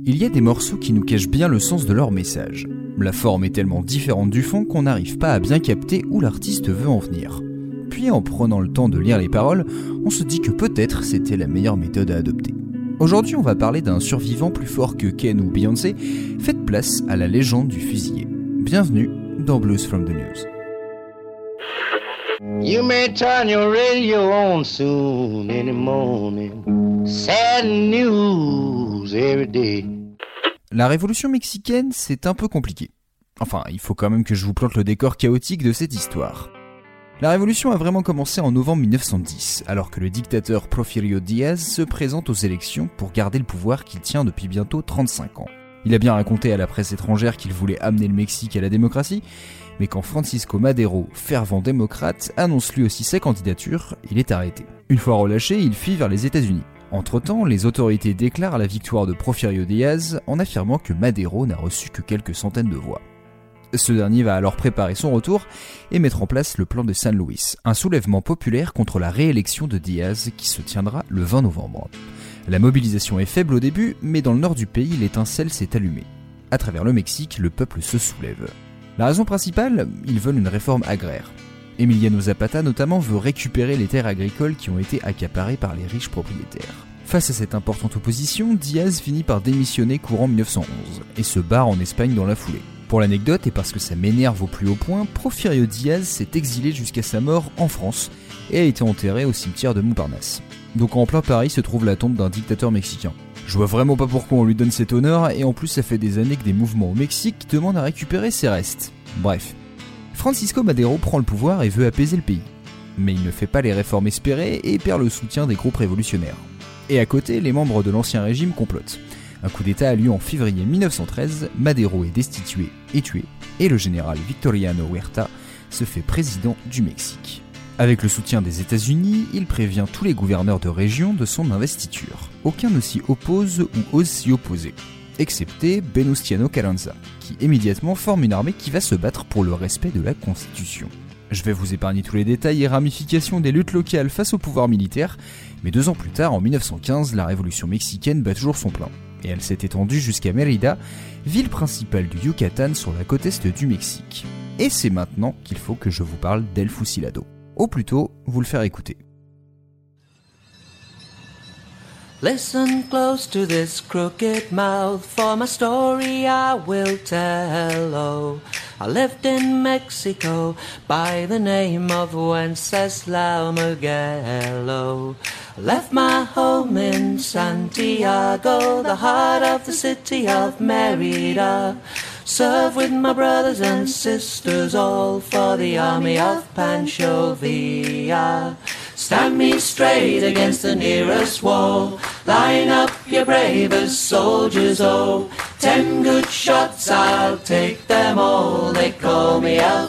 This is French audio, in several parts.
Il y a des morceaux qui nous cachent bien le sens de leur message. La forme est tellement différente du fond qu'on n'arrive pas à bien capter où l'artiste veut en venir. Puis en prenant le temps de lire les paroles, on se dit que peut-être c'était la meilleure méthode à adopter. Aujourd'hui, on va parler d'un survivant plus fort que Ken ou Beyoncé. Faites place à la légende du fusillé. Bienvenue dans Blues from the News. You may turn your radio on soon in the morning. Sad news every day. La révolution mexicaine, c'est un peu compliqué. Enfin, il faut quand même que je vous plante le décor chaotique de cette histoire. La révolution a vraiment commencé en novembre 1910, alors que le dictateur Porfirio Díaz se présente aux élections pour garder le pouvoir qu'il tient depuis bientôt 35 ans. Il a bien raconté à la presse étrangère qu'il voulait amener le Mexique à la démocratie, mais quand Francisco Madero, fervent démocrate, annonce lui aussi sa candidature, il est arrêté. Une fois relâché, il fuit vers les États-Unis. Entre-temps, les autorités déclarent la victoire de Porfirio Díaz en affirmant que Madero n'a reçu que quelques centaines de voix. Ce dernier va alors préparer son retour et mettre en place le plan de San Luis, un soulèvement populaire contre la réélection de Díaz qui se tiendra le 20 novembre. La mobilisation est faible au début, mais dans le nord du pays, l'étincelle s'est allumée. À travers le Mexique, le peuple se soulève. La raison principale, ils veulent une réforme agraire. Emiliano Zapata notamment veut récupérer les terres agricoles qui ont été accaparées par les riches propriétaires. Face à cette importante opposition, Díaz finit par démissionner courant 1911 et se barre en Espagne dans la foulée. Pour l'anecdote, et parce que ça m'énerve au plus haut point, Porfirio Díaz s'est exilé jusqu'à sa mort en France et a été enterré au cimetière de Montparnasse. Donc en plein Paris se trouve la tombe d'un dictateur mexicain. Je vois vraiment pas pourquoi on lui donne cet honneur, et en plus ça fait des années que des mouvements au Mexique demandent à récupérer ses restes. Bref. Francisco Madero prend le pouvoir et veut apaiser le pays. Mais il ne fait pas les réformes espérées et perd le soutien des groupes révolutionnaires. Et à côté, les membres de l'ancien régime complotent. Un coup d'État a lieu en février 1913, Madero est destitué et tué, et le général Victoriano Huerta se fait président du Mexique. Avec le soutien des États-Unis, il prévient tous les gouverneurs de région de son investiture. Aucun ne s'y oppose ou ose s'y opposer, excepté Venustiano Carranza, qui immédiatement forme une armée qui va se battre pour le respect de la Constitution. Je vais vous épargner tous les détails et ramifications des luttes locales face au pouvoir militaire, mais 2 ans plus tard, en 1915, la révolution mexicaine bat toujours son plein. Et elle s'est étendue jusqu'à Mérida, ville principale du Yucatan sur la côte est du Mexique. Et c'est maintenant qu'il faut que je vous parle d'El Fusilado. Ou plutôt, vous le faire écouter. Listen close to this crooked mouth, for my story I will tell. Oh, I lived in Mexico by the name of Wenceslao Mugello. Left my home in Santiago, the heart of the city of Mérida. Served with my brothers and sisters, all for the army of Pancho Villa. Stand me straight against the nearest wall. Line up your bravest soldiers, oh. 10 good shots, I'll take them all. They call me El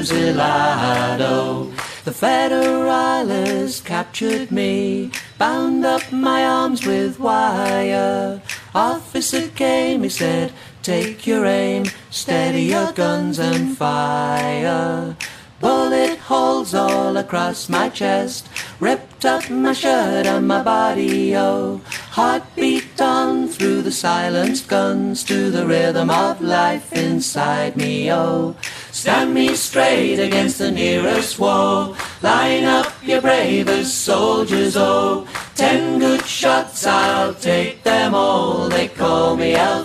Fusilado. The Federales captured me, bound up my arms with wire. Officer came, he said, take your aim, steady your guns and fire. Bullet holes all across my chest, ripped up my shirt and my body, oh. Heartbeat on through the silenced guns to the rhythm of life inside me, oh. Stand me straight against the nearest wall. Line up your bravest soldiers, oh. 10 good shots, I'll take them all. They call me El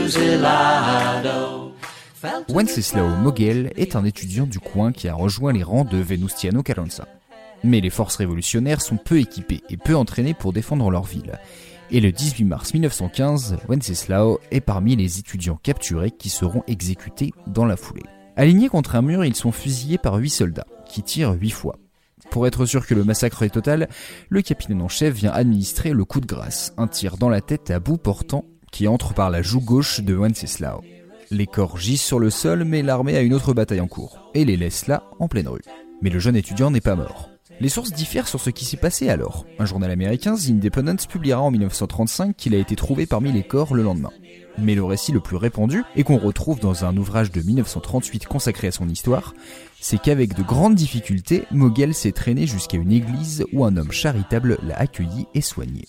Fusilado. Wenceslao Moguel est un étudiant du coin qui a rejoint les rangs de Venustiano Carranza. Mais les forces révolutionnaires sont peu équipées et peu entraînées pour défendre leur ville. Et le 18 mars 1915, Wenceslao est parmi les étudiants capturés qui seront exécutés dans la foulée. Alignés contre un mur, ils sont fusillés par 8 soldats, qui tirent 8 fois. Pour être sûr que le massacre est total, le capitaine en chef vient administrer le coup de grâce, un tir dans la tête à bout portant qui entre par la joue gauche de Wenceslao. Les corps gisent sur le sol, mais l'armée a une autre bataille en cours, et les laisse là, en pleine rue. Mais le jeune étudiant n'est pas mort. Les sources diffèrent sur ce qui s'est passé alors. Un journal américain, The Independent, publiera en 1935 qu'il a été trouvé parmi les corps le lendemain. Mais le récit le plus répandu, et qu'on retrouve dans un ouvrage de 1938 consacré à son histoire, c'est qu'avec de grandes difficultés, Moguel s'est traîné jusqu'à une église où un homme charitable l'a accueilli et soigné.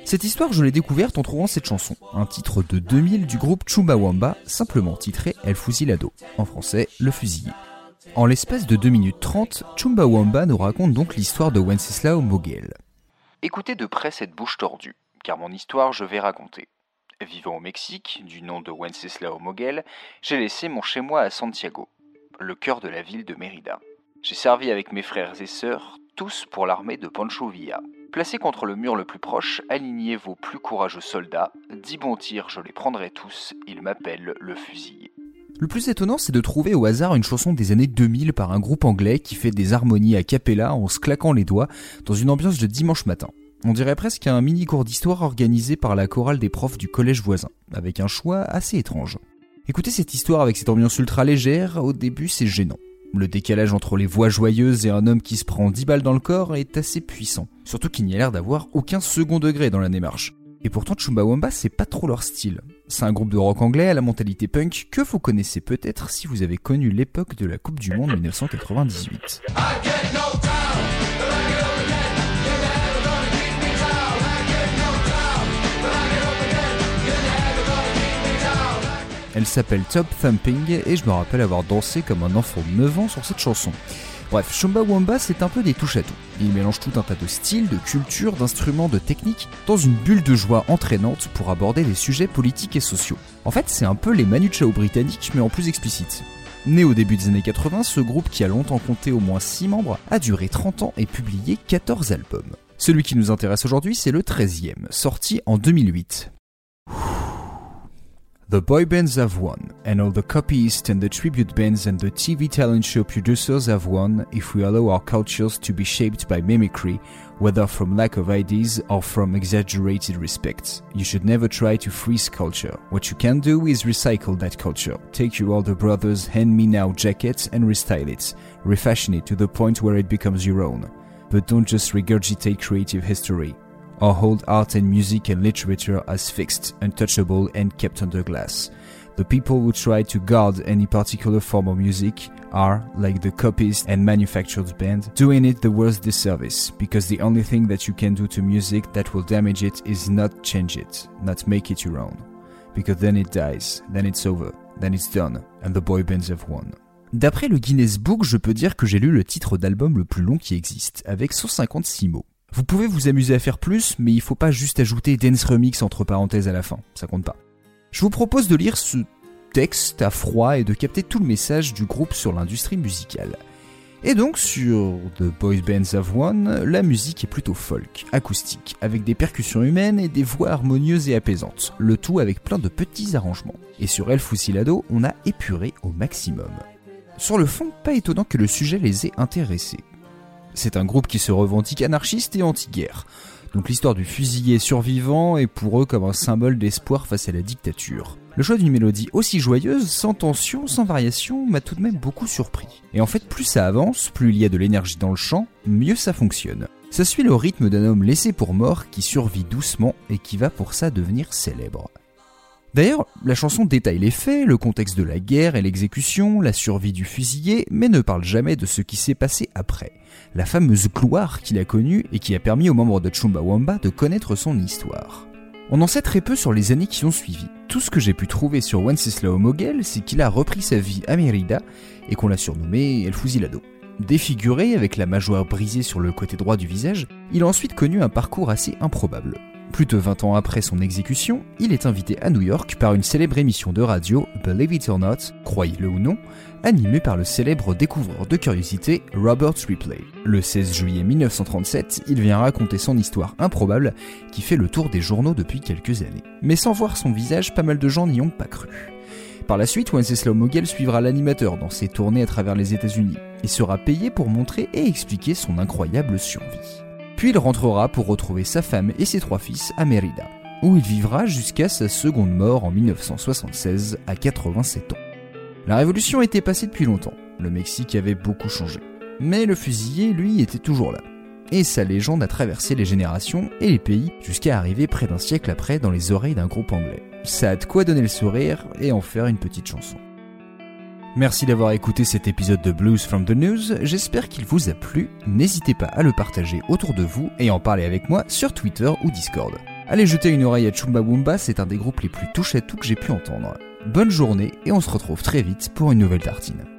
Cette histoire, je l'ai découverte en trouvant cette chanson, un titre de 2000 du groupe Chumbawamba, simplement titré El Fusilado, en français Le Fusillé. En l'espace de 2 minutes 30, Chumbawamba nous raconte donc l'histoire de Wenceslao Moguel. Écoutez de près cette bouche tordue, car mon histoire je vais raconter. Vivant au Mexique, du nom de Wenceslao Moguel, j'ai laissé mon chez-moi à Santiago, le cœur de la ville de Mérida. J'ai servi avec mes frères et sœurs, tous pour l'armée de Pancho Villa. Placés contre le mur le plus proche, alignez vos plus courageux soldats, 10 bons tirs, je les prendrai tous, ils m'appellent le fusillé. Le plus étonnant, c'est de trouver au hasard une chanson des années 2000 par un groupe anglais qui fait des harmonies a cappella en se claquant les doigts dans une ambiance de dimanche matin. On dirait presque un mini cours d'histoire organisé par la chorale des profs du collège voisin, avec un choix assez étrange. Écoutez cette histoire avec cette ambiance ultra légère, au début c'est gênant. Le décalage entre les voix joyeuses et un homme qui se prend 10 balles dans le corps est assez puissant. Surtout qu'il n'y a l'air d'avoir aucun second degré dans la démarche. Et pourtant Chumbawamba c'est pas trop leur style. C'est un groupe de rock anglais à la mentalité punk que vous connaissez peut-être si vous avez connu l'époque de la Coupe du Monde 1998. Elle s'appelle Top Thumping et je me rappelle avoir dansé comme un enfant de 9 ans sur cette chanson. Bref, Chumbawamba c'est un peu des touches à tout. Il mélange tout un tas de styles, de cultures, d'instruments, de techniques dans une bulle de joie entraînante pour aborder des sujets politiques et sociaux. En fait, c'est un peu les Manu Chao britanniques mais en plus explicite. Né au début des années 80, ce groupe qui a longtemps compté au moins 6 membres a duré 30 ans et publié 14 albums. Celui qui nous intéresse aujourd'hui, c'est le 13e, sorti en 2008. The boy bands have won, and all the copyists and the tribute bands and the TV talent show producers have won if we allow our cultures to be shaped by mimicry, whether from lack of ideas or from exaggerated respect. You should never try to freeze culture. What you can do is recycle that culture. Take your older brother's hand-me-now jacket and restyle it. Refashion it to the point where it becomes your own. But don't just regurgitate creative history. Or hold art and music and literature as fixed, untouchable and kept under glass. The people who try to guard any particular form of music are, like the copyist and manufactured band, doing it the worst disservice, because the only thing that you can do to music that will damage it is not change it, not make it your own. Because then it dies, then it's over, then it's done, and the boy bands have won. D'après le Guinness Book, je peux dire que j'ai lu le titre d'album le plus long qui existe, avec 156 mots. Vous pouvez vous amuser à faire plus, mais il faut pas juste ajouter Dance Remix entre parenthèses à la fin, ça compte pas. Je vous propose de lire ce texte à froid et de capter tout le message du groupe sur l'industrie musicale. Et donc sur The Boy Bands Have Won, la musique est plutôt folk, acoustique, avec des percussions humaines et des voix harmonieuses et apaisantes, le tout avec plein de petits arrangements. Et sur El Fusilado, on a épuré au maximum. Sur le fond, pas étonnant que le sujet les ait intéressés. C'est un groupe qui se revendique anarchiste et anti-guerre. Donc l'histoire du fusillé survivant est pour eux comme un symbole d'espoir face à la dictature. Le choix d'une mélodie aussi joyeuse, sans tension, sans variation, m'a tout de même beaucoup surpris. Et en fait, plus ça avance, plus il y a de l'énergie dans le chant, mieux ça fonctionne. Ça suit le rythme d'un homme laissé pour mort qui survit doucement et qui va pour ça devenir célèbre. D'ailleurs, la chanson détaille les faits, le contexte de la guerre et l'exécution, la survie du fusillé, mais ne parle jamais de ce qui s'est passé après. La fameuse gloire qu'il a connue et qui a permis aux membres de Chumbawamba de connaître son histoire. On en sait très peu sur les années qui ont suivi. Tout ce que j'ai pu trouver sur Wenceslao Moguel, c'est qu'il a repris sa vie à Mérida et qu'on l'a surnommé El Fusilado. Défiguré, avec la mâchoire brisée sur le côté droit du visage, il a ensuite connu un parcours assez improbable. Plus de 20 ans après son exécution, il est invité à New York par une célèbre émission de radio, Believe It or Not, croyez-le ou non, animée par le célèbre découvreur de curiosité Robert Ripley. Le 16 juillet 1937, il vient raconter son histoire improbable qui fait le tour des journaux depuis quelques années. Mais sans voir son visage, pas mal de gens n'y ont pas cru. Par la suite, Wenceslao Moguel suivra l'animateur dans ses tournées à travers les États-Unis et sera payé pour montrer et expliquer son incroyable survie. Puis il rentrera pour retrouver sa femme et ses 3 fils à Mérida, où il vivra jusqu'à sa seconde mort en 1976 à 87 ans. La révolution était passée depuis longtemps, le Mexique avait beaucoup changé. Mais le fusillé, lui, était toujours là. Et sa légende a traversé les générations et les pays jusqu'à arriver près d'un siècle après dans les oreilles d'un groupe anglais. Ça a de quoi donner le sourire et en faire une petite chanson. Merci d'avoir écouté cet épisode de Blues from the News, j'espère qu'il vous a plu. N'hésitez pas à le partager autour de vous et en parler avec moi sur Twitter ou Discord. Allez jeter une oreille à Chumbawamba, c'est un des groupes les plus touche-à-tout que j'ai pu entendre. Bonne journée et on se retrouve très vite pour une nouvelle tartine.